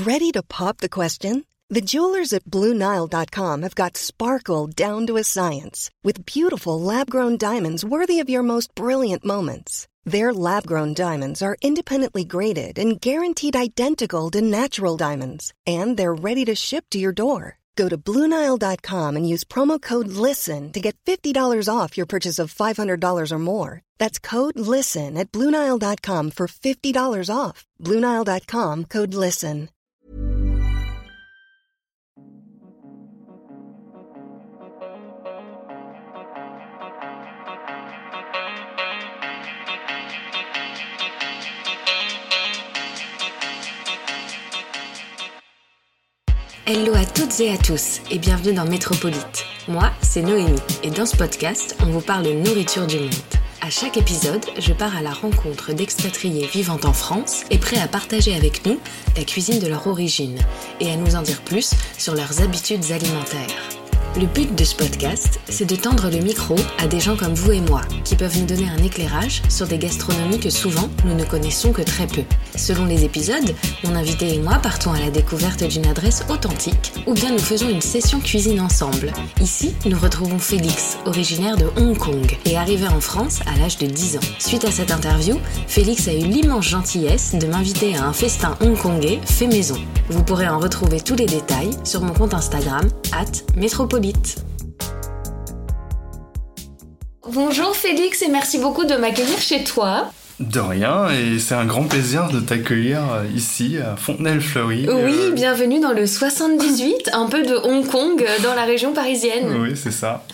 Ready to pop the question? The jewelers at BlueNile.com have got sparkle down to a science with beautiful lab-grown diamonds worthy of your most brilliant moments. Their lab-grown diamonds are independently graded and guaranteed identical to natural diamonds, and they're ready to ship to your door. Go to BlueNile.com and use promo code LISTEN to get $50 off your purchase of $500 or more. That's code LISTEN at BlueNile.com for $50 off. BlueNile.com, code LISTEN. Hello à toutes et à tous et bienvenue dans Métropolite. Moi, c'est Noémie et dans ce podcast, on vous parle de nourriture du monde. À chaque épisode, je pars à la rencontre d'expatriés vivant en France et prêts à partager avec nous la cuisine de leur origine et à nous en dire plus sur leurs habitudes alimentaires. Le but de ce podcast, c'est de tendre le micro à des gens comme vous et moi, qui peuvent nous donner un éclairage sur des gastronomies que souvent nous ne connaissons que très peu. Selon les épisodes, mon invité et moi partons à la découverte d'une adresse authentique, ou bien nous faisons une session cuisine ensemble. Ici, nous retrouvons Félix, originaire de Hong Kong, et arrivé en France à l'âge de 10 ans. Suite à cette interview, Félix a eu l'immense gentillesse de m'inviter à un festin hongkongais fait maison. Vous pourrez en retrouver tous les détails sur mon compte Instagram, @métropolite. Bonjour Félix et merci beaucoup de m'accueillir chez toi. De rien, et c'est un grand plaisir de t'accueillir ici à Fontenay-le-Fleury. Oui, bienvenue dans le 78, un peu de Hong Kong dans la région parisienne. Oui, c'est ça.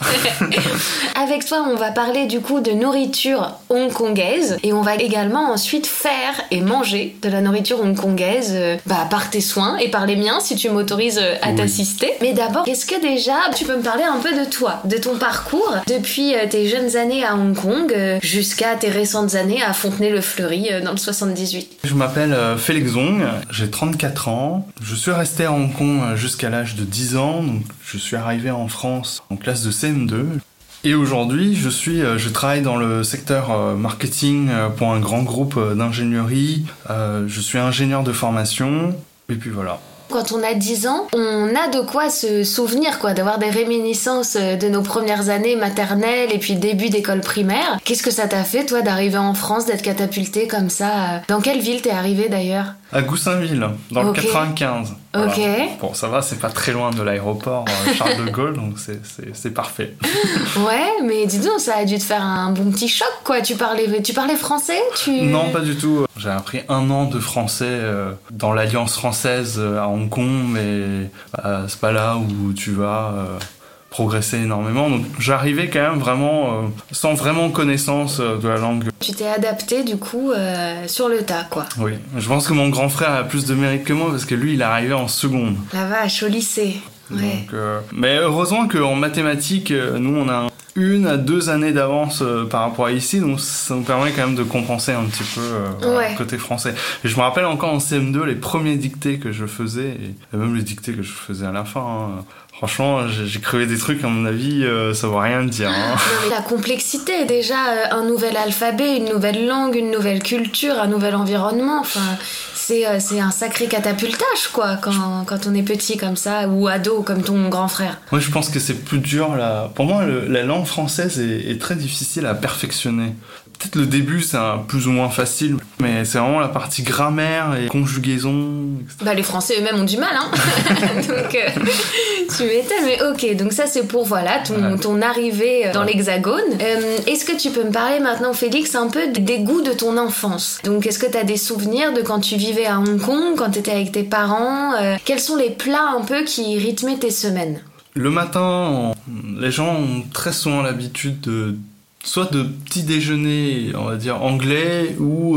Avec toi, on va parler du coup de nourriture hongkongaise et on va également ensuite faire et manger de la nourriture hongkongaise par tes soins et par les miens si tu m'autorises à t'assister. Mais d'abord, est-ce que déjà tu peux me parler un peu de toi, de ton parcours depuis tes jeunes années à Hong Kong jusqu'à tes récentes années à Fontenay-le-Fleury dans le 78. Je m'appelle Félix Zong, j'ai 34 ans. Je suis resté à Hong Kong jusqu'à l'âge de 10 ans. Donc je suis arrivé en France en classe de CM2. Et aujourd'hui, je travaille dans le secteur marketing pour un grand groupe d'ingénierie. Je suis ingénieur de formation. Et puis voilà. Quand on a 10 ans, on a de quoi se souvenir, d'avoir des réminiscences de nos premières années maternelles et puis début d'école primaire. Qu'est-ce que ça t'a fait, toi, d'arriver en France, d'être catapulté comme ça? Dans quelle ville t'es arrivé, d'ailleurs? À Goussainville, dans le 95. Voilà. Ok. Bon, ça va, c'est pas très loin de l'aéroport Charles de Gaulle, donc c'est parfait. Ouais, mais dis donc, ça a dû te faire un bon petit choc, quoi. Tu parlais français? Non, pas du tout. J'ai appris 1 an de français dans l'Alliance française à Hong Kong, mais c'est pas là où tu vas progresser énormément. Donc j'arrivais quand même vraiment sans vraiment connaissance de la langue. Tu t'es adapté du coup sur le tas, quoi. Oui, je pense que mon grand frère a plus de mérite que moi parce que lui il est arrivé en seconde. La vache, au lycée. Ouais. Donc, mais heureusement qu'en mathématiques, nous on a 1 à 2 années d'avance par rapport à ici, donc ça nous permet quand même de compenser un petit peu côté français. Et je me rappelle encore en CM2 les premiers dictés que je faisais, et même les dictés que je faisais à la fin. Franchement, j'ai crevé des trucs, à mon avis, ça vaut rien dire. Hein. La complexité, déjà, un nouvel alphabet, une nouvelle langue, une nouvelle culture, un nouvel environnement, c'est un sacré catapultage, quoi, quand on est petit comme ça, ou ado, comme ton grand frère. Moi, je pense que c'est plus dur, là. Pour moi, la langue française est très difficile à perfectionner. Peut-être le début, c'est plus ou moins facile, mais c'est vraiment la partie grammaire et conjugaison, etc. Les Français eux-mêmes ont du mal, hein. Donc, tu m'étais, mais ok, donc ça c'est pour, ton arrivée dans l'Hexagone. Est-ce que tu peux me parler maintenant, Félix, un peu des goûts de ton enfance? Donc, est-ce que tu as des souvenirs de quand tu vivais à Hong Kong, quand tu étais avec tes parents? Quels sont les plats un peu qui rythmaient tes semaines? Le matin, les gens ont très souvent l'habitude soit de petit déjeuner, on va dire anglais, ou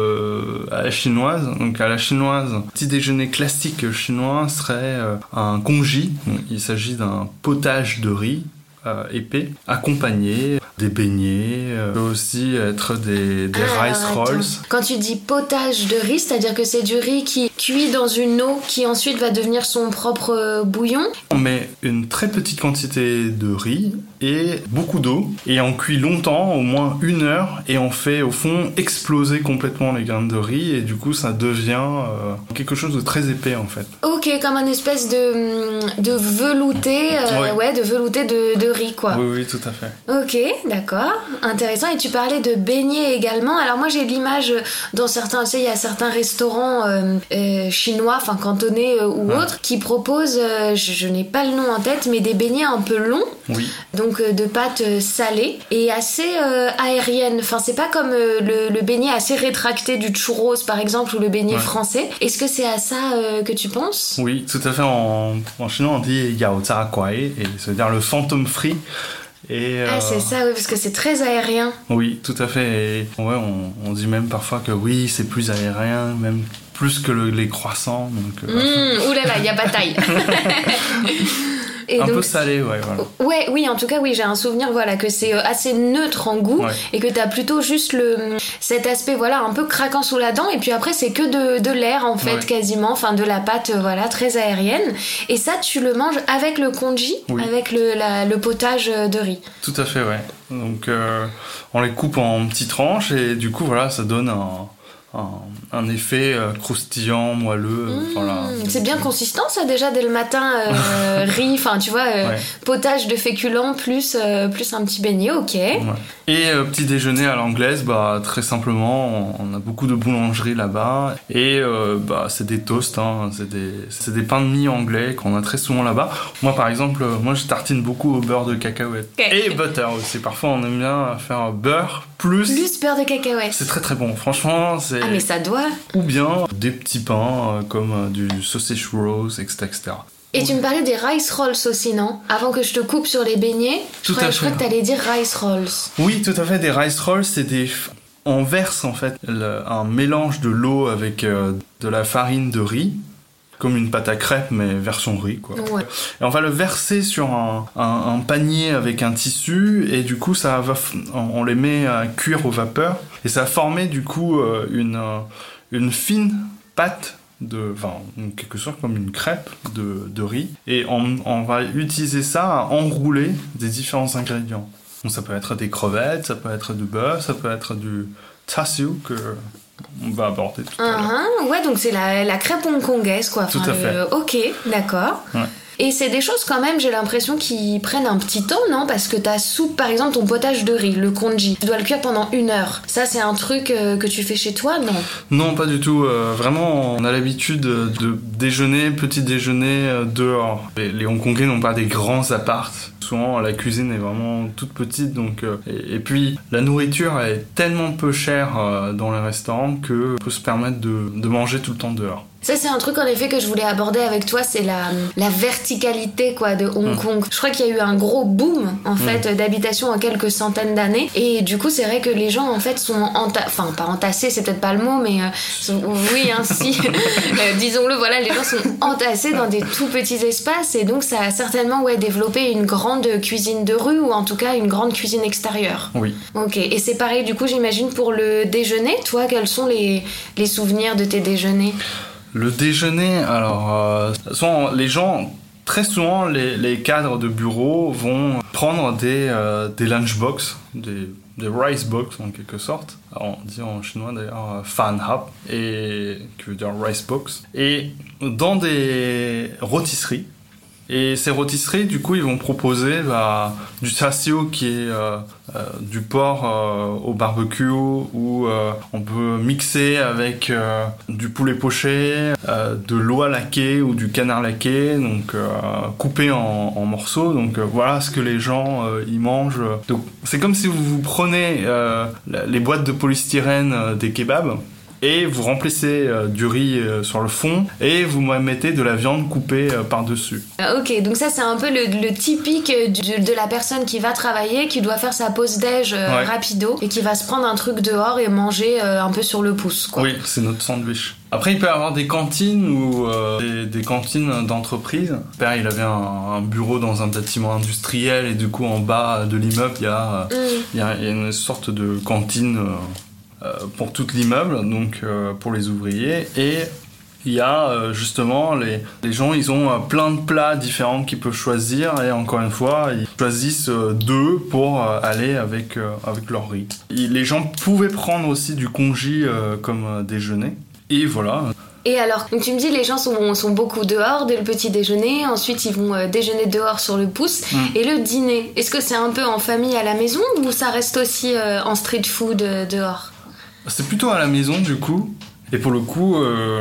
à la chinoise. Donc à la chinoise, petit déjeuner classique chinois serait un congee. Donc, il s'agit d'un potage de riz épais, accompagné des beignets, peut aussi être des rice rolls. Quand tu dis potage de riz, c'est-à-dire que c'est du riz qui cuit dans une eau qui ensuite va devenir son propre bouillon? On met une très petite quantité de riz et beaucoup d'eau. Et on cuit longtemps, au moins 1 heure, et on fait au fond exploser complètement les graines de riz, et du coup ça devient quelque chose de très épais en fait. Ok, comme un espèce de velouté, de velouté de riz quoi. Oui, tout à fait. Ok, d'accord, intéressant. Et tu parlais de beignets également. Alors moi j'ai l'image dans certains, tu sais, il y a certains restaurants chinois, enfin cantonais ou autres, qui proposent, je n'ai pas le nom en tête, mais des beignets un peu longs, donc de pâte salée et assez aérienne. Enfin c'est pas comme le beignet assez rétracté du churros par exemple ou le beignet français. Est-ce que c'est à ça que tu penses ? Oui, tout à fait. En chinois on dit yao zha guai, et ça veut dire le fantôme frit. Et c'est ça, oui, parce que c'est très aérien. Oui, tout à fait. Et on dit même parfois que oui, c'est plus aérien, même plus que les croissants. Donc, oulala, il y a bataille. Et un donc, peu salé, voilà. Oui, en tout cas, oui, j'ai un souvenir, que c'est assez neutre en goût, et que t'as plutôt juste cet aspect, un peu craquant sous la dent, et puis après, c'est que de l'air, en fait, quasiment, enfin, de la pâte, très aérienne. Et ça, tu le manges avec le congee, avec le potage de riz. Tout à fait, ouais. Donc, on les coupe en petites tranches, et du coup, ça donne un effet croustillant, moelleux. C'est bien consistant ça déjà dès le matin, riz, enfin tu vois, potage de féculents plus un petit beignet, ok. Ouais. Et petit déjeuner à l'anglaise, très simplement, on a beaucoup de boulangeries là-bas, et c'est des toasts, c'est des pains de mie anglais qu'on a très souvent là-bas. Moi par exemple, je tartine beaucoup au beurre de cacahuète. Et butter aussi, parfois on aime bien faire beurre plus beurre de cacahuète. C'est très très bon, franchement. Ah mais ça doit. Ou bien des petits pains comme du sausage rolls, etc. Et tu me parlais des rice rolls aussi, non ? Avant que je te coupe sur les beignets, je crois que t'allais dire rice rolls. Oui, tout à fait, des rice rolls, c'est on verse en fait un mélange de l'eau avec de la farine de riz, comme une pâte à crêpes mais version riz quoi. Ouais. Et on va le verser sur un panier avec un tissu, et du coup on les met à cuire au vapeur, et ça va former du coup une fine pâte en quelque sorte comme une crêpe de riz, et on va utiliser ça à enrouler des différents ingrédients. Donc ça peut être des crevettes, ça peut être du beurre, ça peut être du chashu que on va aborder tout à l'heure. Ouais, donc c'est la crêpe hongkongaise quoi. Tout à fait. Ok, d'accord. Ouais. Et c'est des choses quand même, j'ai l'impression, qui prennent un petit temps, non ? Parce que ta soupe, par exemple, ton potage de riz, le congee, tu dois le cuire pendant 1 heure. Ça, c'est un truc que tu fais chez toi, non ? Non, pas du tout. Vraiment, on a l'habitude de déjeuner, petit déjeuner dehors. Les Hongkongais n'ont pas des grands apparts. Souvent, la cuisine est vraiment toute petite. Donc, et puis, la nourriture est tellement peu chère dans les restaurants qu'on peut se permettre de manger tout le temps dehors. Ça, c'est un truc en effet que je voulais aborder avec toi, c'est la verticalité quoi, de Hong Kong. Je crois qu'il y a eu un gros boom en fait d'habitation en quelques centaines d'années, et du coup c'est vrai que les gens en fait sont pas entassés, c'est peut-être pas le mot, mais disons-le, les gens sont entassés dans des tout petits espaces, et donc ça a certainement développé une grande cuisine de rue, ou en tout cas une grande cuisine extérieure. Oui. Ok, et c'est pareil du coup j'imagine pour le déjeuner. Toi, quels sont les souvenirs de tes déjeuners ? Le déjeuner, alors, les gens, très souvent, les cadres de bureau vont prendre des lunchbox, des rice box en quelque sorte. Alors, on dit en chinois d'ailleurs fan hap, et qui veut dire rice box, et dans des rôtisseries. Et ces rôtisseries, du coup, ils vont proposer du chashu qui est du porc au barbecue, ou on peut mixer avec du poulet poché, de l'oie laquée ou du canard laqué, donc coupé en morceaux. Donc voilà ce que les gens y mangent. Donc c'est comme si vous prenez les boîtes de polystyrène des kebabs, et vous remplissez du riz sur le fond, et vous mettez de la viande coupée par-dessus. Ok, donc ça c'est un peu le typique de la personne qui va travailler, qui doit faire sa pause déj rapido, et qui va se prendre un truc dehors et manger un peu sur le pouce, quoi. Oui, c'est notre sandwich. Après, il peut y avoir des cantines ou des cantines d'entreprise. Mon père, il avait un bureau dans un bâtiment industriel, et du coup, en bas de l'immeuble, il y a une sorte de cantine pour tout l'immeuble, donc pour les ouvriers. Et il y a justement les gens, ils ont plein de plats différents qu'ils peuvent choisir et encore une fois, ils choisissent 2 pour aller avec leur riz. Les gens pouvaient prendre aussi du congee comme déjeuner et voilà. Et alors, donc tu me dis les gens sont beaucoup dehors dès le petit déjeuner, ensuite ils vont déjeuner dehors sur le pouce, et le dîner, est-ce que c'est un peu en famille à la maison ou ça reste aussi en street food dehors ? C'est plutôt à la maison du coup, et pour le coup,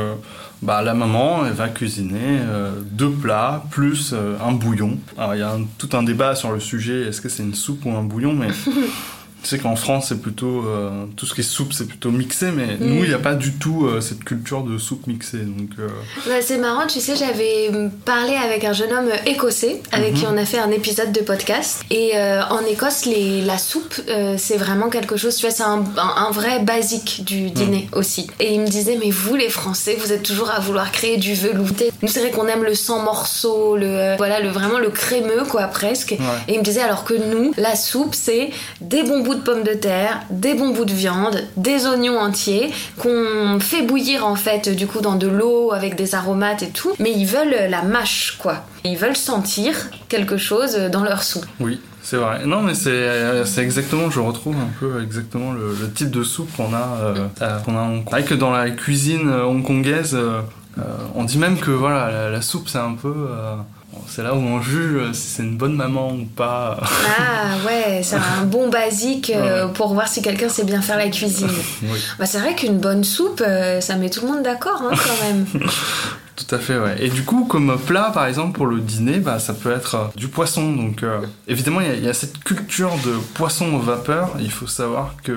la maman elle va cuisiner 2 plats plus un bouillon. Alors il y a tout un débat sur le sujet, est-ce que c'est une soupe ou un bouillon, mais... Tu sais qu'en France, c'est plutôt... tout ce qui est soupe, c'est plutôt mixé, mais nous, il n'y a pas du tout cette culture de soupe mixée. Donc, c'est marrant, tu sais, j'avais parlé avec un jeune homme écossais, avec qui on a fait un épisode de podcast. Et en Écosse, la soupe, c'est vraiment quelque chose... Tu vois, c'est un vrai basique du dîner aussi. Et il me disait, mais vous, les Français, vous êtes toujours à vouloir créer du velouté. Nous, c'est vrai qu'on aime le sans morceaux, vraiment le crémeux, quoi, presque. Ouais. Et il me disait, alors que nous, la soupe, c'est des bons bouts de pommes de terre, des bons bouts de viande, des oignons entiers qu'on fait bouillir en fait du coup dans de l'eau avec des aromates et tout, mais ils veulent la mâche quoi. Ils veulent sentir quelque chose dans leur soupe. Oui, c'est vrai. Non mais c'est exactement, je retrouve un peu exactement le type de soupe qu'on a à Hong Kong. Avec dans la cuisine hongkongaise, on dit même que voilà la soupe c'est un peu... c'est là où on juge si c'est une bonne maman ou pas. Ah ouais, c'est un bon basique pour voir si quelqu'un sait bien faire la cuisine. Oui. C'est vrai qu'une bonne soupe, ça met tout le monde d'accord quand même. Tout à fait, ouais. Et du coup, comme plat, par exemple, pour le dîner, ça peut être du poisson. Donc, évidemment, il y a cette culture de poisson aux vapeurs. Il faut savoir que...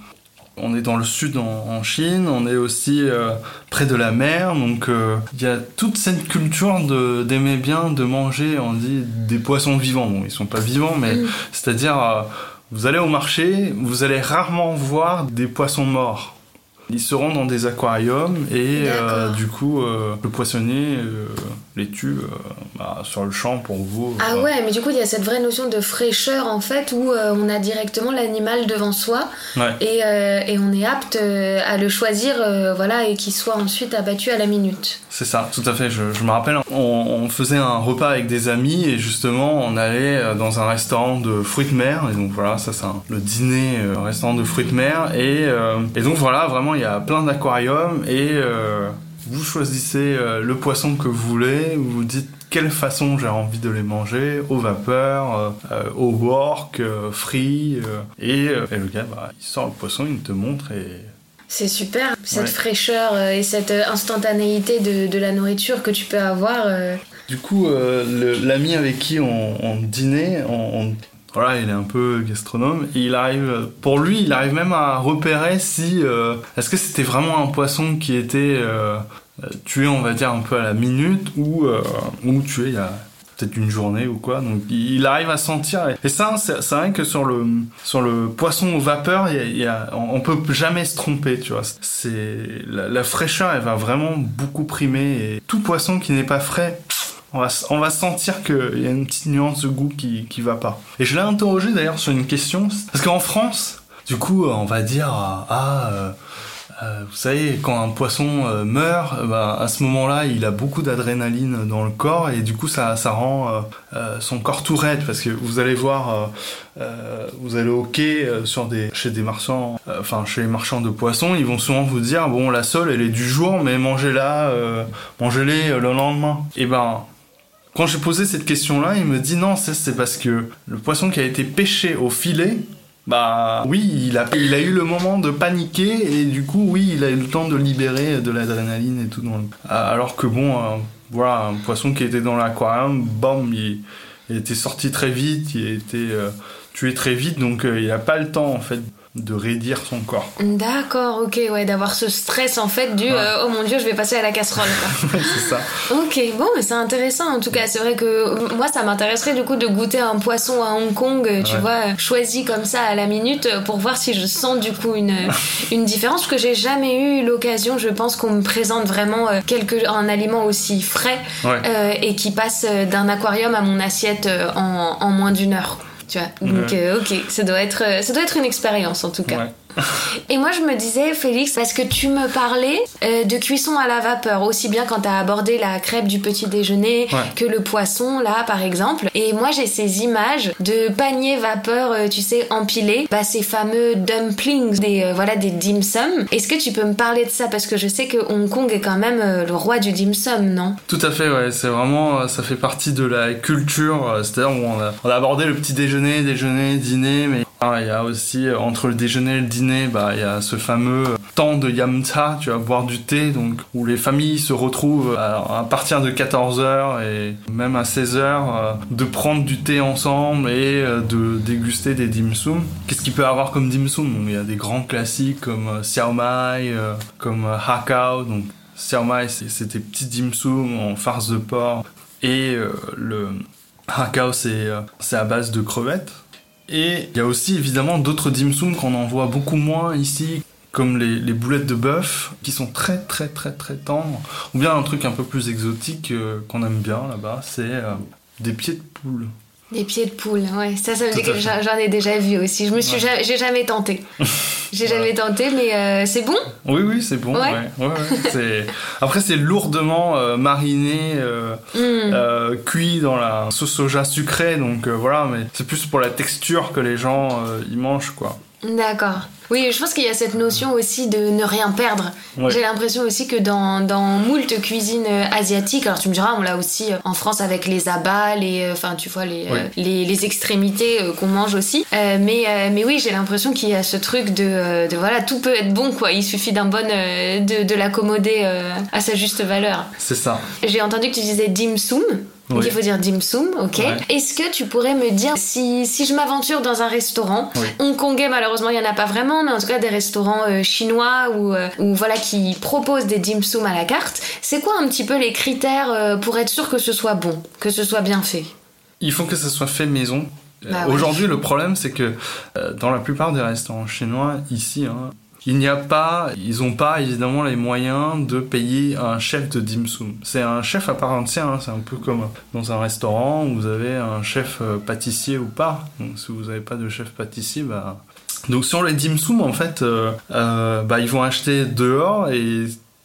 On est dans le sud en Chine, on est aussi près de la mer, donc il y a toute cette culture d'aimer bien de manger, on dit, des poissons vivants. Bon, ils sont pas vivants, mais c'est-à-dire, vous allez au marché, vous allez rarement voir des poissons morts. Ils seront dans des aquariums et du coup, le poissonnier les tue sur le champ pour vous. Ah ouais, mais du coup, il y a cette vraie notion de fraîcheur en fait où on a directement l'animal devant soi et on est apte à le choisir et qu'il soit ensuite abattu à la minute. C'est ça, tout à fait. Je me rappelle, on faisait un repas avec des amis et justement, on allait dans un restaurant de fruits de mer et donc voilà, ça c'est le dîner restaurant de fruits de mer et donc voilà, vraiment il y a plein d'aquariums et vous choisissez le poisson que vous voulez, vous vous dites quelle façon j'ai envie de les manger, au vapeur, au wok, frit, et le gars il sort le poisson, il te montre et... C'est super, cette fraîcheur et cette instantanéité de la nourriture que tu peux avoir. Du coup, l'ami avec qui on dînait, voilà, il est un peu gastronome et il arrive même à repérer si est-ce que c'était vraiment un poisson qui était tué, on va dire un peu à la minute ou tué il y a peut-être une journée ou quoi. Donc il arrive à sentir et ça c'est vrai que sur le poisson aux vapeurs, on peut jamais se tromper, tu vois. C'est la fraîcheur, elle va vraiment beaucoup primer et tout poisson qui n'est pas frais, on va sentir qu'il y a une petite nuance de goût qui va pas. Et je l'ai interrogé d'ailleurs sur une question, parce qu'en France, du coup, on va dire vous savez, quand un poisson meurt, à ce moment-là, il a beaucoup d'adrénaline dans le corps et du coup, ça rend son corps tout raide parce que vous allez voir, vous allez au quai chez des marchands, chez les marchands de poissons, ils vont souvent vous dire bon, la sole, elle est du jour, mais mangez-les le lendemain. Et quand j'ai posé cette question-là, il me dit non, c'est parce que le poisson qui a été pêché au filet. Oui, il a eu le moment de paniquer et du coup, oui, il a eu le temps de libérer de l'adrénaline et tout. Alors que un poisson qui était dans l'aquarium, il était sorti très vite, il a été tué très vite, donc il n'a pas le temps en fait de raidir son corps. D'accord, ok, ouais, d'avoir ce stress en fait oh mon dieu, je vais passer à la casserole quoi. C'est ça. Ok, bon, mais c'est intéressant en tout cas. C'est vrai que moi ça m'intéresserait du coup de goûter un poisson à Hong Kong, tu vois, choisi comme ça à la minute pour voir si je sens du coup une différence, parce que j'ai jamais eu l'occasion, je pense, qu'on me présente vraiment un aliment aussi frais et qui passe d'un aquarium à mon assiette en moins d'1 heure. Tu vois, donc ok, ça doit être une expérience en tout cas. Et moi je me disais, Félix, parce que tu me parlais de cuisson à la vapeur, aussi bien quand t'as abordé la crêpe du petit déjeuner que le poisson là par exemple. Et moi j'ai ces images de paniers vapeur, tu sais, empilés, ces fameux dumplings, des dim sum. Est-ce que tu peux me parler de ça, parce que je sais que Hong Kong est quand même le roi du dim sum, non? Tout à fait, ouais. C'est vraiment, ça fait partie de la culture. C'est-à-dire on a abordé le petit déjeuner, dîner, mais il y a aussi entre le déjeuner et le dîner, il y a ce fameux temps de yam cha, tu vas boire du thé, donc où les familles se retrouvent à partir de 14h et même à 16h de prendre du thé ensemble et de déguster des dim sum. Qu'est-ce qu'il peut y avoir comme dim sum? Il y a des grands classiques comme Siao Mai, comme Hakao. Donc Siao Mai, c'est des petits dim sum en farce de porc, et le Hakao, c'est à base de crevettes. Et il y a aussi évidemment d'autres dim sum qu'on en voit beaucoup moins ici, comme les boulettes de bœuf, qui sont très très très très tendres. Ou bien un truc un peu plus exotique qu'on aime bien là-bas, c'est des pieds de poule. Des pieds de poule, ouais. Ça me dit que j'en ai déjà vu aussi. J'ai jamais tenté. Jamais tenté, mais c'est bon? Oui, c'est bon. Ouais. Après, c'est lourdement mariné, cuit dans la sauce soja sucrée, donc voilà. Mais c'est plus pour la texture que les gens y mangent, quoi. D'accord. Oui, je pense qu'il y a cette notion aussi de ne rien perdre. Ouais. J'ai l'impression aussi que dans moult cuisine asiatique, alors tu me diras, on l'a aussi en France avec les abats, tu vois, les extrémités qu'on mange aussi. Mais oui, j'ai l'impression qu'il y a ce truc de voilà, tout peut être bon, quoi. Il suffit de l'accommoder à sa juste valeur. C'est ça. J'ai entendu que tu disais dim sum. Donc il faut dire dim sum, ok. Ouais. Est-ce que tu pourrais me dire si je m'aventure dans un restaurant hongkongais, malheureusement il y en a pas vraiment, mais en tout cas des restaurants chinois ou voilà, qui proposent des dim sum à la carte, c'est quoi un petit peu les critères pour être sûr que ce soit bon, que ce soit bien fait? Il faut que ça soit fait maison. Aujourd'hui, le problème, c'est que dans la plupart des restaurants chinois ici, ils n'ont pas évidemment les moyens de payer un chef de dim sum. C'est un chef à part entière, c'est un peu comme dans un restaurant où vous avez un chef pâtissier ou pas. Donc si vous n'avez pas de chef pâtissier, donc sur les dim sum, en fait, ils vont acheter dehors et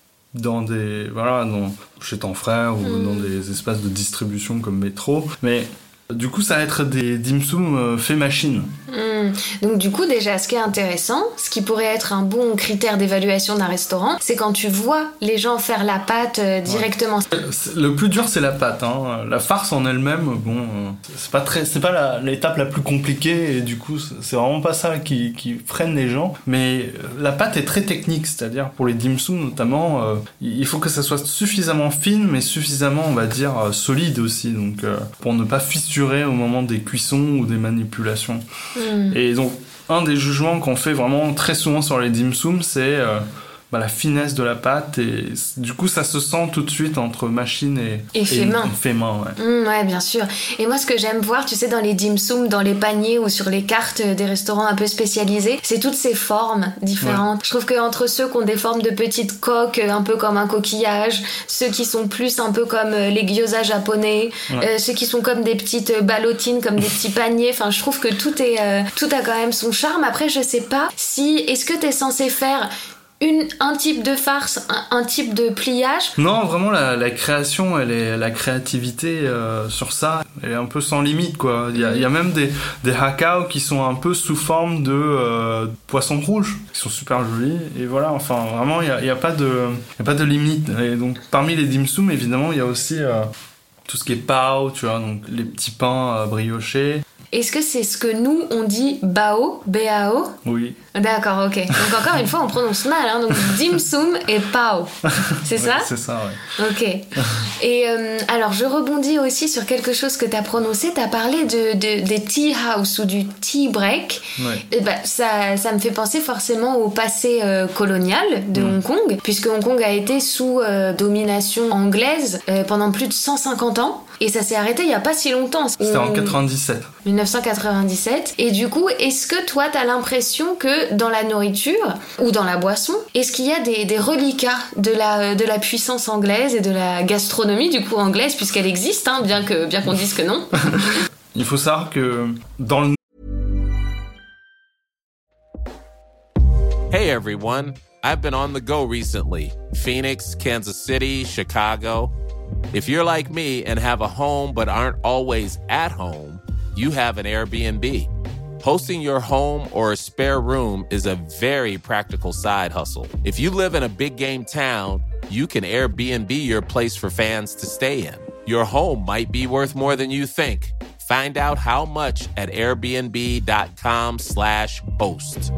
chez ton frère ou dans des espaces de distribution comme Métro. Mais du coup, ça va être des dim sum fait machine. Donc du coup, déjà, ce qui est intéressant, ce qui pourrait être un bon critère d'évaluation d'un restaurant, c'est quand tu vois les gens faire la pâte directement. Le plus dur, c'est la pâte. La farce en elle-même, c'est pas l'étape la plus compliquée, et du coup, c'est vraiment pas ça qui freine les gens. Mais la pâte est très technique, c'est-à-dire pour les dim sum notamment, il faut que ça soit suffisamment fine, mais suffisamment, on va dire, solide aussi, donc pour ne pas fissurer au moment des cuissons ou des manipulations. Et donc, un des jugements qu'on fait vraiment très souvent sur les dim sum, c'est la finesse de la pâte, et du coup ça se sent tout de suite entre machine et fait main. Ouais, bien sûr. Et moi, ce que j'aime voir, tu sais, dans les dim sum, dans les paniers ou sur les cartes des restaurants un peu spécialisés, c'est toutes ces formes différentes. Je trouve qu'entre ceux qui ont des formes de petites coques, un peu comme un coquillage, ceux qui sont plus un peu comme les gyoza japonais, ceux qui sont comme des petites ballotines, comme des petits paniers, je trouve que tout a quand même son charme. Après, je sais pas est-ce que t'es censé faire un type de farce, un type de pliage? Non, vraiment la création, la créativité sur ça, elle est un peu sans limite, quoi. Il y a même des hakao qui sont un peu sous forme de poissons rouges, qui sont super jolis, et voilà, vraiment il y a pas de limite. Et donc parmi les dim sum, évidemment, il y a aussi tout ce qui est pao, tu vois, donc les petits pains briochés. Est-ce que c'est ce que nous on dit bao, B-A-O? Oui. D'accord, ok. Donc encore une fois, on prononce mal, donc dim sum et pao. C'est ça? Oui, c'est ça, ouais. Ok. Et alors, je rebondis aussi sur quelque chose que tu as prononcé. Tu as parlé des tea house ou du tea break. Ouais. Et ça me fait penser forcément au passé colonial de Hong Kong, puisque Hong Kong a été sous domination anglaise pendant plus de 150 ans. Et ça s'est arrêté il n'y a pas si longtemps. C'était en 97. 1997. Et du coup, est-ce que toi, t'as l'impression que dans la nourriture ou dans la boisson, est-ce qu'il y a des reliquats de la puissance anglaise et de la gastronomie du coup anglaise, puisqu'elle existe, bien qu'on dise que non? Il faut savoir que dans le Hey everyone, I've been on the go recently. Phoenix, Kansas City, Chicago. If you're like me and have a home but aren't always at home, you have an Airbnb. Hosting your home or a spare room is a very practical side hustle. If you live in a big game town, you can Airbnb your place for fans to stay in. Your home might be worth more than you think. Find out how much at airbnb.com/host.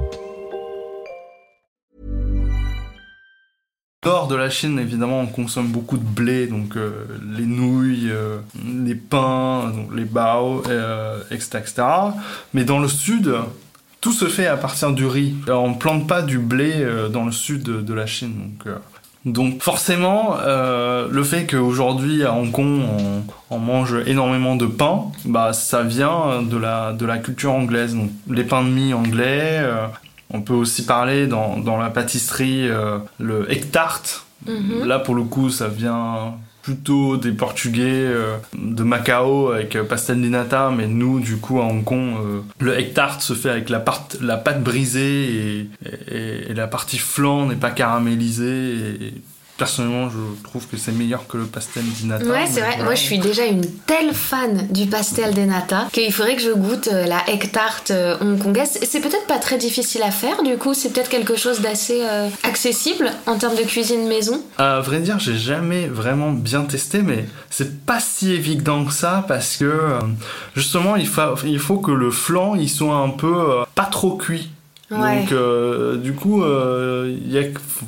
Nord de la Chine, évidemment, on consomme beaucoup de blé, donc les nouilles, les pains, donc les bao, etc., etc. Mais dans le sud, tout se fait à partir du riz. On ne plante pas du blé dans le sud de la Chine. Donc forcément, le fait qu'aujourd'hui à Hong Kong on mange énormément de pain, bah ça vient de la culture anglaise. Donc les pains de mie anglais. On peut aussi parler dans la pâtisserie le egg tart. Mm-hmm. Là pour le coup ça vient plutôt des Portugais de Macao avec pastel de nata, mais nous du coup à Hong Kong le egg tart se fait avec la pâte brisée et la partie flan n'est pas caramélisée et personnellement je trouve que c'est meilleur que le pastel di nata. Ouais c'est vrai, voilà. Moi je suis déjà une telle fan du pastel di nata qu'il faudrait que je goûte la egg tart hongkongaise. C'est peut-être pas très difficile à faire, du coup c'est peut-être quelque chose d'assez accessible en termes de cuisine maison. À vrai dire j'ai jamais vraiment bien testé, mais c'est pas si évident que ça parce que justement il faut que le flan il soit un peu pas trop cuit. Ouais. Donc du coup il y a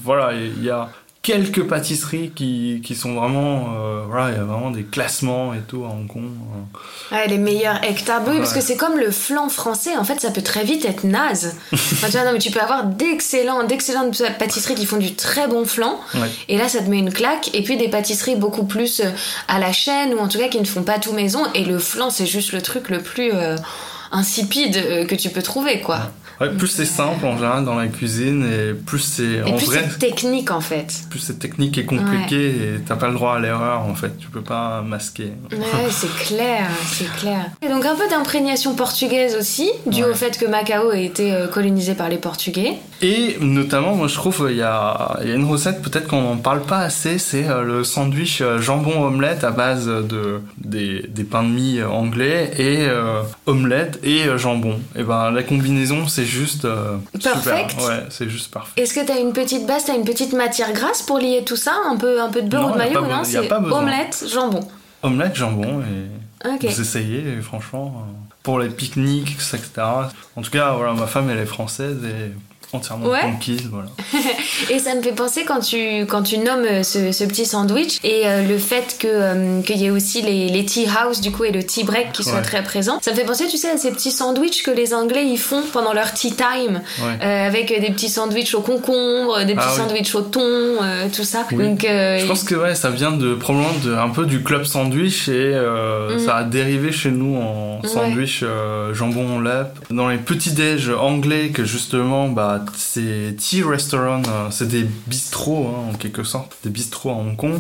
quelques pâtisseries qui sont vraiment voilà, il y a vraiment des classements et tout à Hong Kong. Ouais, les meilleurs egg tart, oui, parce que c'est comme le flan français, en fait ça peut très vite être naze. Enfin, tu vois, non, mais tu peux avoir d'excellentes pâtisseries qui font du très bon flan, ouais. Et là ça te met une claque, et puis des pâtisseries beaucoup plus à la chaîne, ou en tout cas qui ne font pas tout maison, et le flan c'est juste le truc le plus insipide que tu peux trouver, quoi. Ouais, plus c'est simple en général dans la cuisine et plus c'est c'est technique en fait. Plus c'est technique et compliqué, ouais. Et t'as pas le droit à l'erreur en fait, tu peux pas masquer. Ouais, c'est clair. Et donc un peu d'imprégnation portugaise aussi, dû au fait que Macao a été colonisé par les Portugais. Et notamment, moi je trouve il y a une recette peut-être qu'on en parle pas assez, c'est le sandwich jambon omelette à base des pains de mie anglais et omelette et jambon. Et ben la combinaison c'est juste perfect. Super. Ouais, c'est juste parfait. Est-ce que t'as une petite base, t'as une petite matière grasse pour lier tout ça, un peu de beurre ou de maillot, non? C'est omelette, jambon. Omelette, jambon et vous essayez et franchement pour les pique-niques, etc. En tout cas, voilà, ma femme elle est française et entièrement conquise, voilà. Et ça me fait penser quand tu nommes ce petit sandwich et le fait qu'il y ait aussi les tea house du coup et le tea break qui soient très présents. Ça me fait penser, tu sais, à ces petits sandwichs que les Anglais ils font pendant leur tea time, avec des petits sandwichs au concombre, des petits sandwichs au thon, tout ça. Oui. Donc je pense que ça vient probablement un peu du club sandwich et ça a dérivé chez nous en sandwich jambon lap. Dans les petits déj anglais que justement c'est tea restaurant, c'est des bistrots en quelque sorte, des bistrots à Hong Kong.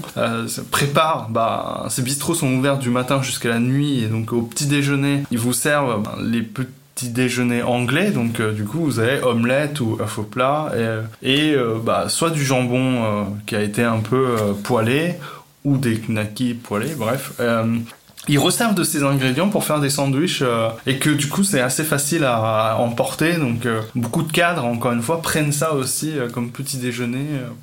Ces bistrots sont ouverts du matin jusqu'à la nuit et donc au petit déjeuner ils vous servent les petits déjeuners anglais, donc du coup vous avez omelette ou œuf au plat et soit du jambon qui a été un peu poêlé ou des knackis poêlés, bref. Ils resservent de ces ingrédients pour faire des sandwichs et que du coup c'est assez facile à emporter, donc beaucoup de cadres encore une fois prennent ça aussi comme petit déjeuner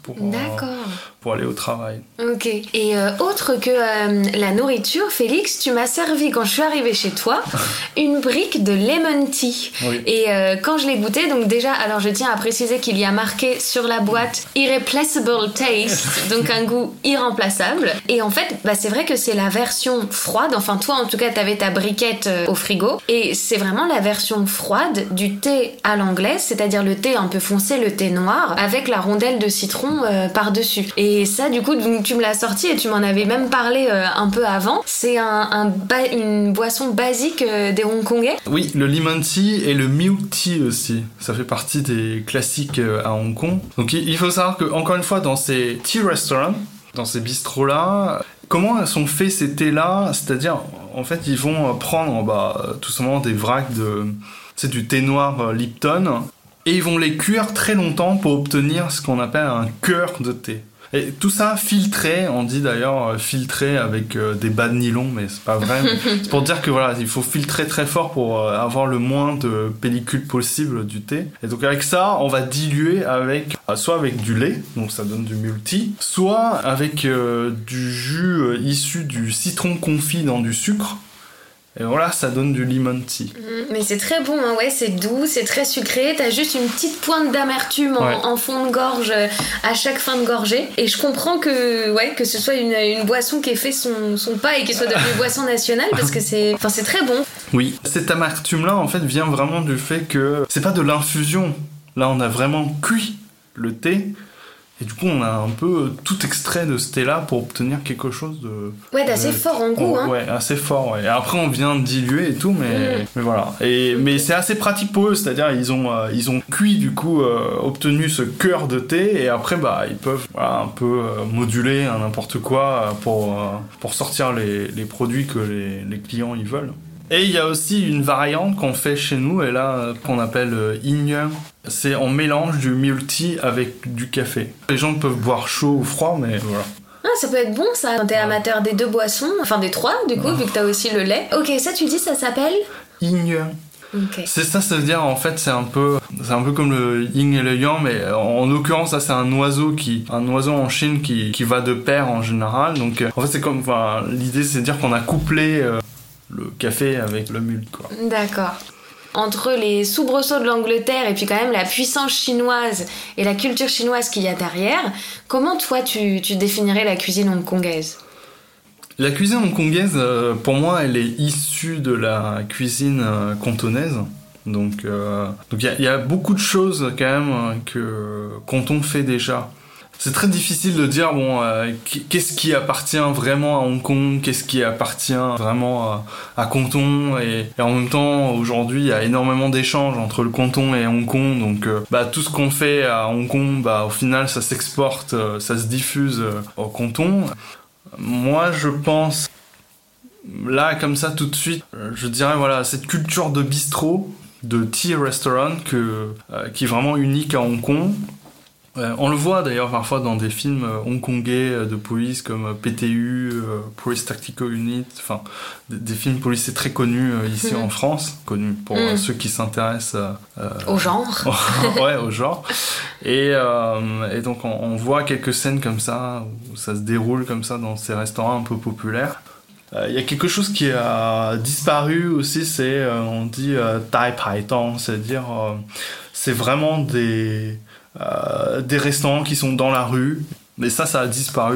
pour aller au travail. Ok. Et autre que la nourriture, Félix, tu m'as servi quand je suis arrivée chez toi une brique de lemon tea. Oui. Et quand je l'ai goûté, donc déjà, alors je tiens à préciser qu'il y a marqué sur la boîte irreplaceable taste, donc un goût irremplaçable. Et en fait, c'est vrai que c'est la version froide. Enfin, toi, en tout cas, t'avais ta briquette au frigo. Et c'est vraiment la version froide du thé à l'anglaise, c'est-à-dire le thé un peu foncé, le thé noir, avec la rondelle de citron par-dessus. Et ça, du coup, tu me l'as sorti et tu m'en avais même parlé un peu avant. C'est une boisson basique des Hongkongais. Oui, le lemon tea et le milk tea aussi. Ça fait partie des classiques à Hong Kong. Donc, il faut savoir que, encore une fois, dans ces tea restaurants, dans ces bistrots-là, comment sont faits ces thés-là? C'est-à-dire, en fait, ils vont prendre tout simplement des vracs du thé noir Lipton Et ils vont les cuire très longtemps pour obtenir ce qu'on appelle un cœur de thé. Et tout ça filtré, on dit d'ailleurs filtré avec des bas de nylon, mais c'est pas vrai. C'est pour dire que voilà, il faut filtrer très fort pour avoir le moins de pellicule possible du thé. Et donc avec ça, on va diluer avec soit avec du lait, donc ça donne du mule tea, soit avec du jus issu du citron confit dans du sucre. Et voilà, ça donne du lemon tea. Mais c'est très bon, hein, ouais, c'est doux, c'est très sucré. T'as juste une petite pointe d'amertume en fond de gorge à chaque fin de gorgée. Et je comprends que ce soit une boisson qui ait fait son pas et qui soit devenue boisson nationale parce que c'est très bon. Oui, cette amertume-là, en fait, vient vraiment du fait que c'est pas de l'infusion. Là, on a vraiment cuit le thé. Et du coup, on a un peu tout extrait de ce thé-là pour obtenir quelque chose de... Ouais, d'assez fort en goût, hein. Ouais, assez fort, ouais. Et après, on vient diluer et tout, mais voilà. Mais c'est assez pratique pour eux, c'est-à-dire, ils ont cuit, du coup, obtenu ce cœur de thé, et après, bah, ils peuvent un peu moduler n'importe quoi pour sortir les produits que les clients, ils veulent. Et il y a aussi une variante qu'on fait chez nous, et là, qu'on appelle Yin. C'est on mélange du mule tea avec du café. Les gens peuvent boire chaud ou froid, mais voilà. Ah, ça peut être bon ça, quand t'es amateur des deux boissons, enfin des trois du coup, vu que t'as aussi le lait. Ok, ça tu dis, ça s'appelle Yin. Okay. C'est ça, ça veut dire en fait c'est un peu comme le yin et le yang, mais en l'occurrence ça c'est un oiseau en Chine qui va de pair en général. Donc en fait c'est comme, l'idée c'est de dire qu'on a couplé le café avec le mule, quoi. D'accord. Entre les soubresauts de l'Angleterre et puis quand même la puissance chinoise et la culture chinoise qu'il y a derrière, comment toi tu définirais la cuisine hongkongaise ? La cuisine hongkongaise, pour moi, elle est issue de la cuisine cantonaise. Donc il y a beaucoup de choses quand même que Canton fait déjà. C'est très difficile de dire qu'est-ce qui appartient vraiment à Hong Kong, qu'est-ce qui appartient vraiment à Canton, et en même temps aujourd'hui il y a énormément d'échanges entre le Canton et Hong Kong, donc tout ce qu'on fait à Hong Kong, au final ça s'exporte, ça se diffuse au Canton. Moi je pense là comme ça tout de suite, je dirais cette culture de bistrot, de tea restaurant qui est vraiment unique à Hong Kong. On le voit d'ailleurs parfois dans des films hongkongais de police comme PTU, Police Tactical Unit, enfin des films policiers très connus ici en France, connus pour ceux qui s'intéressent au genre. Ouais, au genre. Et donc on voit quelques scènes comme ça où ça se déroule comme ça dans ces restaurants un peu populaires. Il y a quelque chose qui a disparu aussi, c'est on dit Tai Pai Tong, c'est-à-dire c'est vraiment des restaurants qui sont dans la rue, mais ça a disparu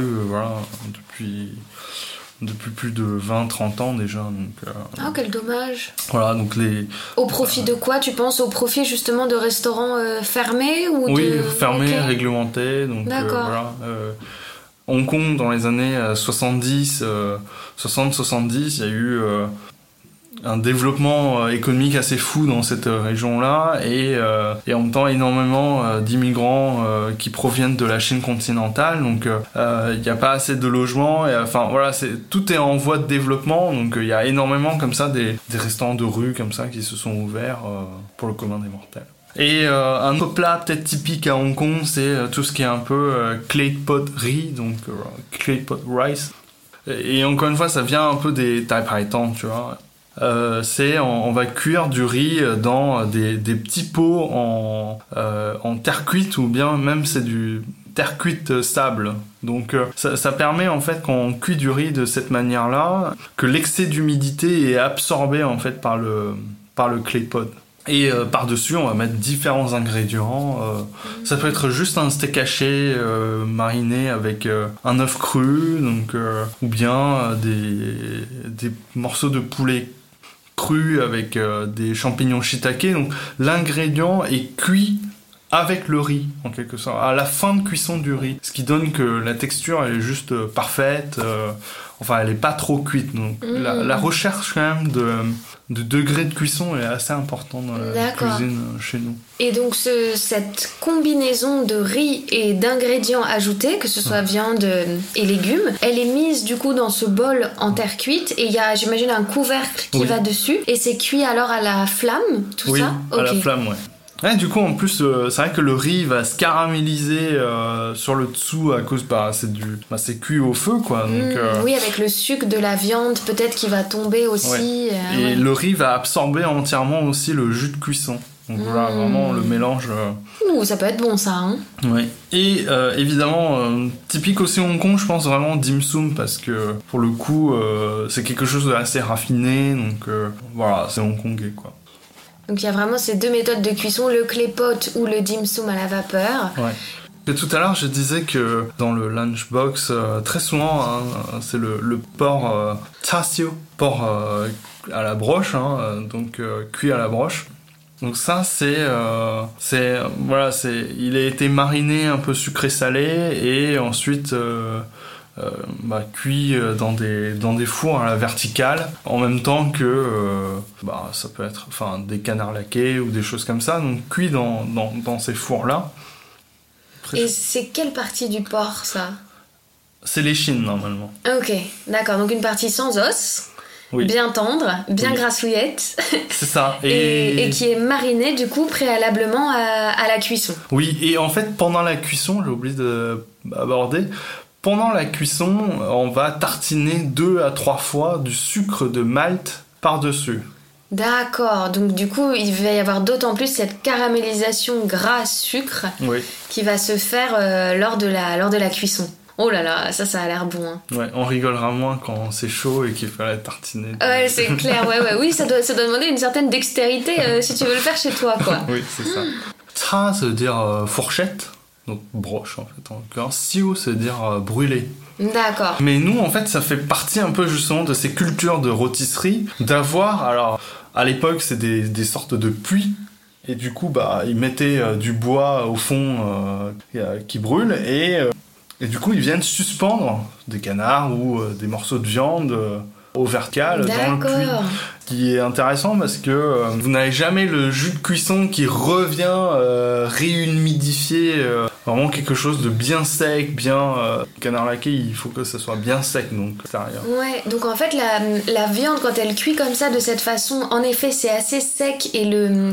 depuis plus de 20-30 ans déjà, donc quel dommage. Voilà, donc au profit de quoi tu penses? Au profit justement de restaurants fermés ou fermés, réglementés, donc d'accord. Hong Kong dans les années 60-70, il y a eu un développement économique assez fou dans cette région-là, et en même temps énormément d'immigrants qui proviennent de la Chine continentale, donc il n'y a pas assez de logements, et tout est en voie de développement, donc il y a énormément comme ça des restaurants de rue comme ça qui se sont ouverts pour le commun des mortels. Et un autre plat peut-être typique à Hong Kong, c'est tout ce qui est un peu clay pot riz, donc clay pot rice, et encore une fois ça vient un peu des Tai Pai Tong, tu vois. On va cuire du riz dans des petits pots en terre cuite, ou bien même c'est du terre cuite sable. Donc ça permet en fait, quand on cuit du riz de cette manière-là, que l'excès d'humidité est absorbé en fait par le clay pot. Et par-dessus, on va mettre différents ingrédients. Ça peut être juste un steak haché mariné avec un œuf cru, donc ou bien des morceaux de poulet cru avec des champignons shiitake. Donc l'ingrédient est cuit avec le riz, en quelque sorte, à la fin de cuisson du riz, ce qui donne que la texture elle est juste parfaite, elle est pas trop cuite. Donc la recherche quand même de degré de cuisson est assez importante dans la cuisine chez nous. Et donc cette combinaison de riz et d'ingrédients ajoutés, que ce soit viande et légumes, elle est mise du coup dans ce bol en terre cuite, et il y a, j'imagine, un couvercle qui va dessus, et c'est cuit alors à la flamme, tout ça ? Oui, à la flamme, ouais. Ouais, du coup, en plus, c'est vrai que le riz va se caraméliser sur le dessous à cause, c'est cuit au feu, quoi. Donc, Oui, avec le sucre de la viande, peut-être qu'il va tomber aussi. Ouais. Et le riz va absorber entièrement aussi le jus de cuisson. Donc voilà, vraiment le mélange. Ça peut être bon, ça. Hein. Oui. Et évidemment, typique aussi Hong Kong, je pense vraiment dim sum, parce que pour le coup, c'est quelque chose d'assez raffiné. Donc voilà, c'est hongkongais, quoi. Donc il y a vraiment ces deux méthodes de cuisson, le clay pot ou le dim sum à la vapeur. Ouais. Et tout à l'heure, je disais que dans le lunchbox, très souvent, c'est le porc char siu, porc à la broche, donc cuit à la broche. Donc ça, il a été mariné un peu sucré-salé et ensuite cuit dans des fours à la verticale, en même temps que ça peut être des canards laqués ou des choses comme ça, donc cuit dans ces fours-là. Après, et c'est quelle partie du porc, ça ? C'est l'échine, normalement. Ok, d'accord, donc une partie sans os, oui. Bien tendre, bien grassouillette. C'est ça. Et qui est marinée, du coup, préalablement à la cuisson. Oui, et en fait, pendant la cuisson, j'ai oublié d'aborder, pendant la cuisson, on va tartiner 2 à 3 fois du sucre de malt par-dessus. D'accord, donc du coup, il va y avoir d'autant plus cette caramélisation gras-sucre qui va se faire lors de la cuisson. Oh là là, ça a l'air bon. Hein. Ouais, on rigolera moins quand c'est chaud et qu'il fallait tartiner. Ouais, c'est clair, ouais. Oui, ça doit demander une certaine dextérité si tu veux le faire chez toi, quoi. Oui, c'est ça. Cha, ça veut dire fourchette, donc broche en fait. En l'occurrence, siu, ça veut dire brûler. D'accord. Mais nous, en fait, ça fait partie un peu justement de ces cultures de rôtisserie, d'avoir, alors, à l'époque, c'est des sortes de puits. Et du coup, ils mettaient du bois au fond qui brûle et du coup, ils viennent suspendre des canards ou des morceaux de viande au vertical dans le puits. Ce qui est intéressant parce que vous n'avez jamais le jus de cuisson qui revient réhumidifier vraiment quelque chose de bien sec, bien... canard laqué, il faut que ça soit bien sec, donc extérieur. Ouais, donc en fait, la viande, quand elle cuit comme ça, de cette façon, en effet, c'est assez sec et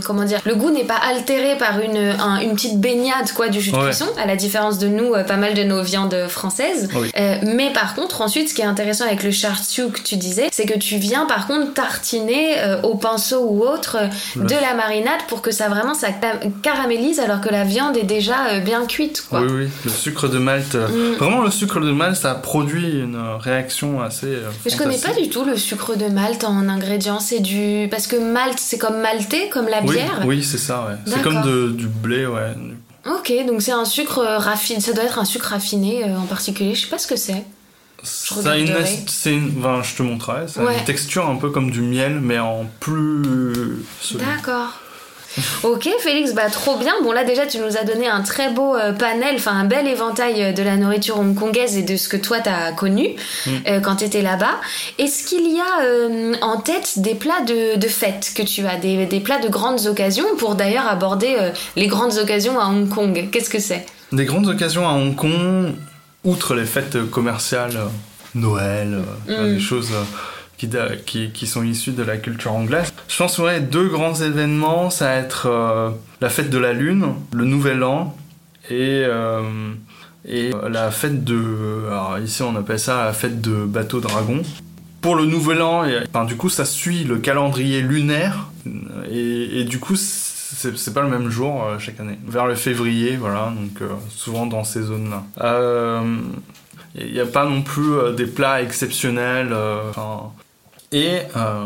le goût n'est pas altéré par une petite baignade, quoi, du jus de cuisson, à la différence de nous, pas mal de nos viandes françaises. Oui. Mais par contre, ensuite, ce qui est intéressant avec le char siu que tu disais, c'est que tu viens, par contre, tartiner au pinceau ou autre de la marinade pour que ça caramélise alors que la viande est déjà bien cuite, quoi. Oui, le sucre de malt. Vraiment, le sucre de malt, ça produit une réaction assez Mais je connais pas du tout le sucre de malt en ingrédients. Parce que malt, c'est comme maltais, comme la bière. Oui, c'est ça, ouais. C'est comme du blé, ouais. Ok, donc c'est un sucre raffiné. Ça doit être un sucre raffiné en particulier. Je sais pas ce que c'est. Je te montrerai. Ça a une texture un peu comme du miel, mais en plus solide. D'accord. Ok, Félix, trop bien. Bon, là, déjà, tu nous as donné un très beau panel, un bel éventail de la nourriture hongkongaise et de ce que toi, t'as connu quand t'étais là-bas. Est-ce qu'il y a en tête des plats de fête que tu as, des plats de grandes occasions, pour d'ailleurs aborder les grandes occasions à Hong Kong? Qu'est-ce que c'est? Des grandes occasions à Hong Kong, outre les fêtes commerciales, Noël, des choses... qui sont issus de la culture anglaise. Je pense que 2 grands événements, ça va être la fête de la Lune, le Nouvel An, et la fête alors ici on appelle ça la fête de bateau dragon. Pour le Nouvel An, du coup ça suit le calendrier lunaire, et du coup c'est pas le même jour chaque année. Vers le février, voilà, donc souvent dans ces zones-là. Il n'y a pas non plus des plats exceptionnels. Et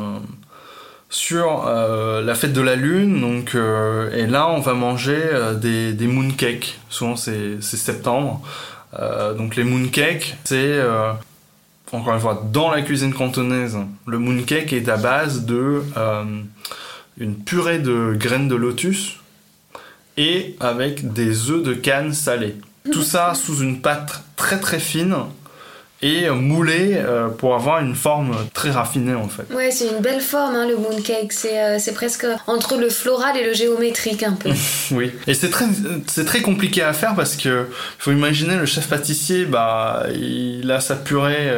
sur la fête de la Lune, donc, et là on va manger des mooncakes. Souvent c'est septembre. Donc les mooncakes, c'est encore une fois dans la cuisine cantonaise. Le mooncake est à base de une purée de graines de lotus et avec des œufs de canne salés. Tout ça sous une pâte très très fine et moulé pour avoir une forme très raffinée en fait. Ouais, c'est une belle forme le mooncake, c'est presque entre le floral et le géométrique un peu. Oui, et c'est très compliqué à faire parce que faut imaginer le chef pâtissier, il a sa purée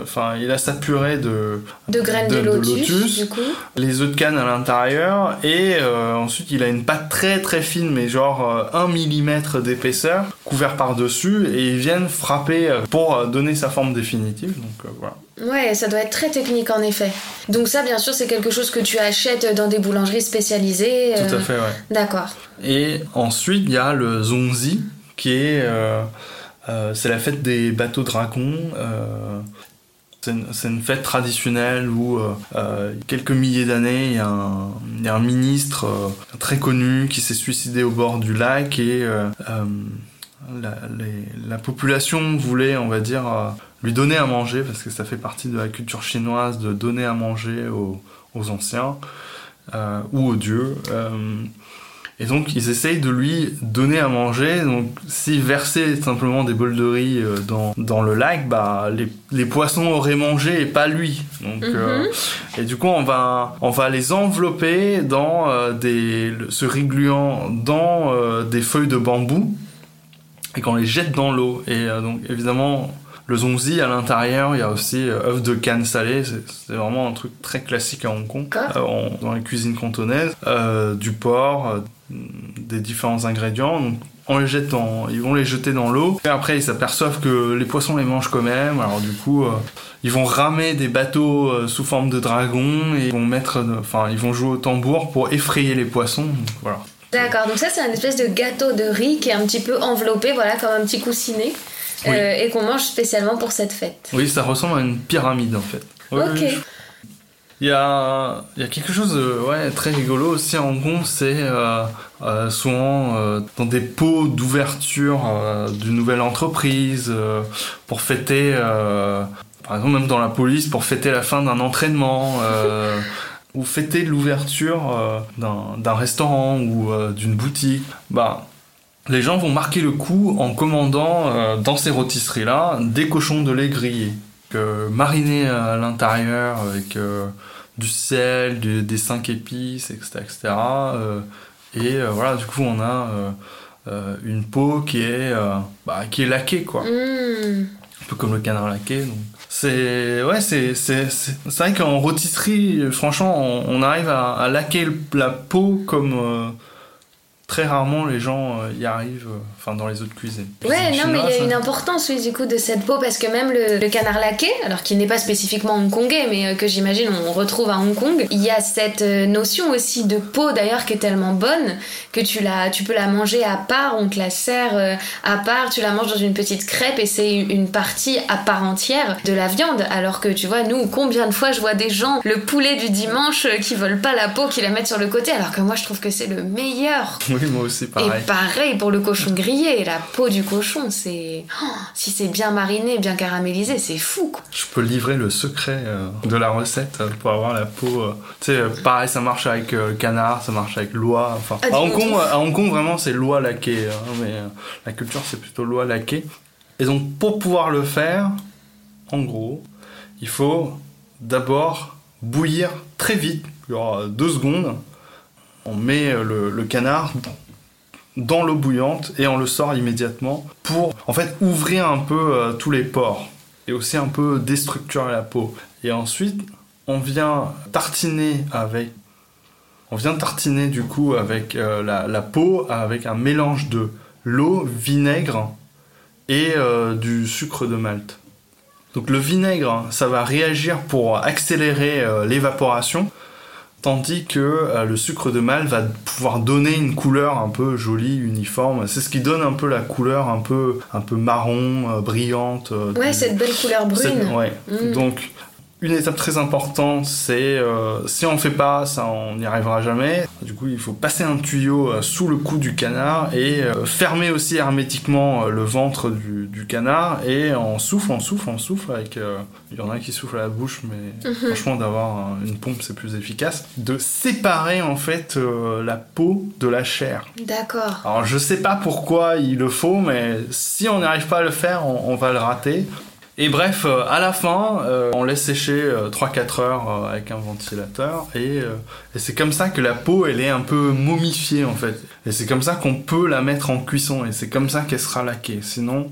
de graines de lotus, du coup. Les œufs de canne à l'intérieur et ensuite il a une pâte très très fine mais genre 1 mm d'épaisseur couvert par-dessus et ils viennent frapper pour donner sa forme définitive, donc voilà. Ouais, ça doit être très technique en effet. Donc ça, bien sûr, c'est quelque chose que tu achètes dans des boulangeries spécialisées. Tout à fait, ouais. D'accord. Et ensuite, il y a le Zongzi, qui est... c'est la fête des bateaux dragons. C'est une fête traditionnelle où, quelques milliers d'années, il y a un ministre très connu qui s'est suicidé au bord du lac et... La population voulait, on va dire, lui donner à manger, parce que ça fait partie de la culture chinoise de donner à manger aux anciens ou aux dieux. Et donc, ils essayent de lui donner à manger. Donc, s'ils versaient simplement des bols de riz dans le lac, les poissons auraient mangé et pas lui. Donc, et du coup, on va les envelopper dans ce riz gluant dans des feuilles de bambou. Et qu'on les jette dans l'eau. Et donc évidemment, le zongzi à l'intérieur, il y a aussi œufs de canne salés. C'est vraiment un truc très classique à Hong Kong, dans les cuisines cantonaises. Du porc, des différents ingrédients. Donc ils vont les jeter dans l'eau. Et après, ils s'aperçoivent que les poissons les mangent quand même. Alors du coup, ils vont ramer des bateaux sous forme de dragons et ils vont jouer au tambour pour effrayer les poissons. Donc, voilà. D'accord, donc ça c'est un espèce de gâteau de riz qui est un petit peu enveloppé, voilà, comme un petit coussinet, oui. Et qu'on mange spécialement pour cette fête. Oui, ça ressemble à une pyramide en fait. Oui, ok. Oui. Il y a quelque chose de très rigolo aussi à Hong Kong, c'est souvent dans des pots d'ouverture d'une nouvelle entreprise pour fêter, par exemple même dans la police, pour fêter la fin d'un entraînement. Ou fêter l'ouverture d'un restaurant ou d'une boutique, les gens vont marquer le coup en commandant dans ces rôtisseries-là des cochons de lait grillés, marinés à l'intérieur avec du sel, des 5 épices, etc. Et voilà, du coup on a une peau qui est laquée, quoi. Un peu comme le canard laqué. Donc. C'est vrai qu'en rôtisserie, franchement, on arrive à laquer la peau comme très rarement les gens y arrivent, dans les autres cuisines. Ouais, non, mais il y a une importance, oui, du coup, de cette peau, parce que même le canard laqué, alors qui n'est pas spécifiquement hongkongais, mais que j'imagine on retrouve à Hong Kong, il y a cette notion aussi de peau, d'ailleurs, qui est tellement bonne que tu peux la manger à part, on te la sert à part, tu la manges dans une petite crêpe et c'est une partie à part entière de la viande, alors que, tu vois, nous, combien de fois je vois des gens, le poulet du dimanche, qui veulent pas la peau, qui la mettent sur le côté, alors que moi, je trouve que c'est le meilleur. Oui, moi aussi, pareil. Et pareil pour le cochon grillé, la peau du cochon, c'est... si c'est bien mariné, bien caramélisé, c'est fou, quoi. Je peux livrer le secret de la recette pour avoir la peau... tu sais, pareil, ça marche avec le canard, ça marche avec l'oie. À Hong Kong, vraiment, c'est l'oie laquée. Mais la culture, c'est plutôt l'oie laquée. Et donc, pour pouvoir le faire, en gros, il faut d'abord bouillir très vite, genre 2 secondes. On met le canard dans l'eau bouillante et on le sort immédiatement pour en fait ouvrir un peu tous les pores et aussi un peu déstructurer la peau. Et ensuite, on vient tartiner du coup avec la peau avec un mélange de l'eau, vinaigre et du sucre de malt. Donc le vinaigre, ça va réagir pour accélérer l'évaporation. Tandis que le sucre de malt va pouvoir donner une couleur un peu jolie, uniforme. C'est ce qui donne un peu la couleur un peu marron, brillante. Cette belle couleur brune. Donc, une étape très importante, c'est si on ne fait pas ça, on n'y arrivera jamais. Du coup, il faut passer un tuyau sous le cou du canard et fermer aussi hermétiquement le ventre du canard et on souffle avec... il y en a qui soufflent à la bouche, mais franchement, d'avoir une pompe, c'est plus efficace. De séparer en fait la peau de la chair. D'accord. Alors, je sais pas pourquoi il le faut, mais si on n'arrive pas à le faire, on va le rater. Et bref, à la fin, on laisse sécher 3-4 heures avec un ventilateur et c'est comme ça que la peau, elle est un peu momifiée en fait. Et c'est comme ça qu'on peut la mettre en cuisson et c'est comme ça qu'elle sera laquée. Sinon,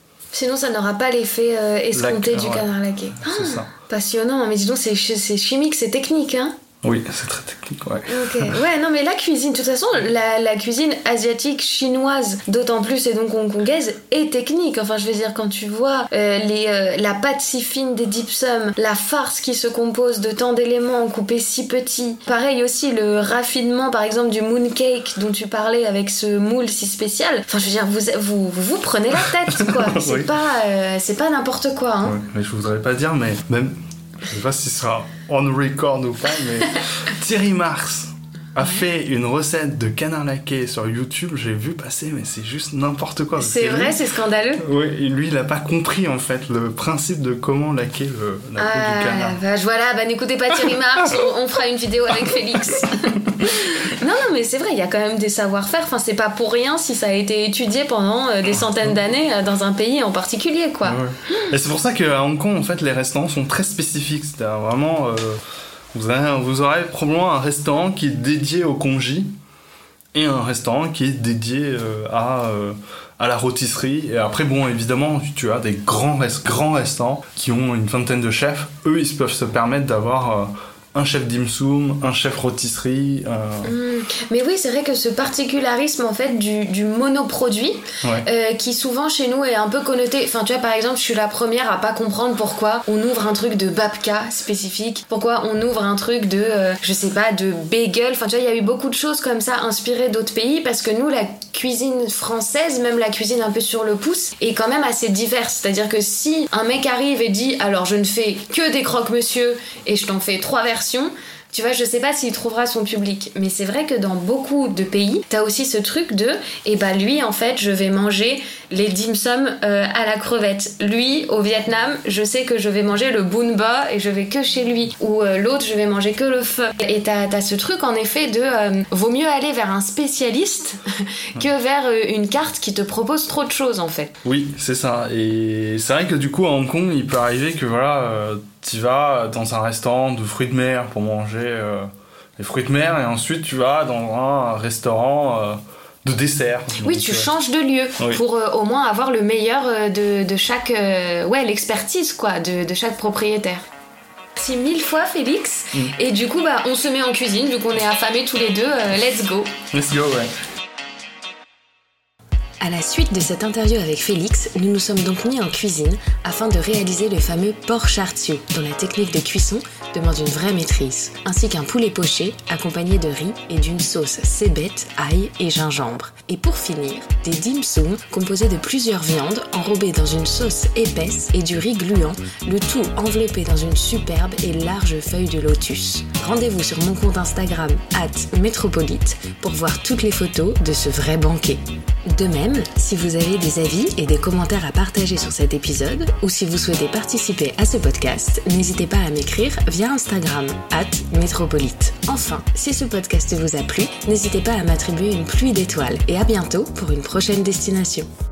ça n'aura pas l'effet escompté du canard laqué. C'est ça. Passionnant, mais dis donc, c'est chimique, c'est technique, hein. Oui, c'est très technique, ouais. Ok, ouais, non mais la cuisine, de toute façon, la cuisine asiatique, chinoise, d'autant plus et donc hongkongaise, est technique. Enfin, je veux dire, quand tu vois la pâte si fine des dim sum, la farce qui se compose de tant d'éléments coupés si petits, pareil aussi le raffinement, par exemple, du mooncake dont tu parlais avec ce moule si spécial. Enfin, je veux dire, vous prenez la tête, quoi. Oui. C'est pas n'importe quoi, hein. Ouais, mais je voudrais pas dire, mais même... Je sais pas si ce sera on record ou pas, mais Thierry Marx a fait une recette de canard laqué sur YouTube, j'ai vu passer, mais c'est juste n'importe quoi. C'est vrai, c'est scandaleux. Oui, et lui, il a pas compris en fait le principe de comment laquer la peau du canard. Voilà, n'écoutez pas Thierry Marx, on fera une vidéo avec Félix. Non, mais c'est vrai, il y a quand même des savoir-faire. Enfin, c'est pas pour rien si ça a été étudié pendant des centaines d'années dans un pays en particulier, quoi. Ouais. Et c'est pour ça qu'à Hong Kong, en fait, les restaurants sont très spécifiques. C'est-à-dire vraiment, vous aurez probablement un restaurant qui est dédié au congee et un restaurant qui est dédié à la rôtisserie. Et après, bon, évidemment, tu as des grands restaurants qui ont une vingtaine de chefs. Eux, ils peuvent se permettre d'avoir un chef dim sum, un chef rôtisserie. Mais oui, c'est vrai que ce particularisme en fait du monoproduit, qui souvent chez nous est un peu connoté. Enfin, tu vois, par exemple, je suis la première à pas comprendre pourquoi on ouvre un truc de babka spécifique, pourquoi on ouvre un truc de, je sais pas, de bagel. Enfin, tu vois, il y a eu beaucoup de choses comme ça inspirées d'autres pays parce que nous, la cuisine française, même la cuisine un peu sur le pouce, est quand même assez diverse. C'est-à-dire que si un mec arrive et dit, alors je ne fais que des croque-monsieur et je t'en fais 3 versions, tu vois, je sais pas s'il trouvera son public, mais c'est vrai que dans beaucoup de pays, t'as aussi ce truc de, lui, en fait, je vais manger les dim sum à la crevette. Lui, au Vietnam, je sais que je vais manger le bun ba et je vais que chez lui. Ou l'autre, je vais manger que le pho. Et t'as ce truc, en effet, de vaut mieux aller vers un spécialiste que vers une carte qui te propose trop de choses, en fait. Oui, c'est ça. Et c'est vrai que du coup, à Hong Kong, il peut arriver que tu vas dans un restaurant de fruits de mer pour manger les fruits de mer et ensuite tu vas dans un restaurant de dessert. Oui, donc, tu changes de lieu pour au moins avoir le meilleur de chaque... l'expertise quoi, de chaque propriétaire. Merci 1000 fois Félix. Et du coup, on se met en cuisine vu qu'on est affamés tous les deux. Let's go. Let's go, ouais. À la suite de cette interview avec Félix, nous nous sommes donc mis en cuisine afin de réaliser le fameux porc char-siu, dont la technique de cuisson demande une vraie maîtrise, ainsi qu'un poulet poché accompagné de riz et d'une sauce cébette, ail et gingembre. Et pour finir, des dim sum composés de plusieurs viandes enrobées dans une sauce épaisse et du riz gluant, le tout enveloppé dans une superbe et large feuille de lotus. Rendez-vous sur mon compte Instagram @metropolite pour voir toutes les photos de ce vrai banquet. De même, si vous avez des avis et des commentaires à partager sur cet épisode ou si vous souhaitez participer à ce podcast, n'hésitez pas à m'écrire via Instagram @metropolite. Enfin, si ce podcast vous a plu, n'hésitez pas à m'attribuer une pluie d'étoiles et à bientôt pour une prochaine destination.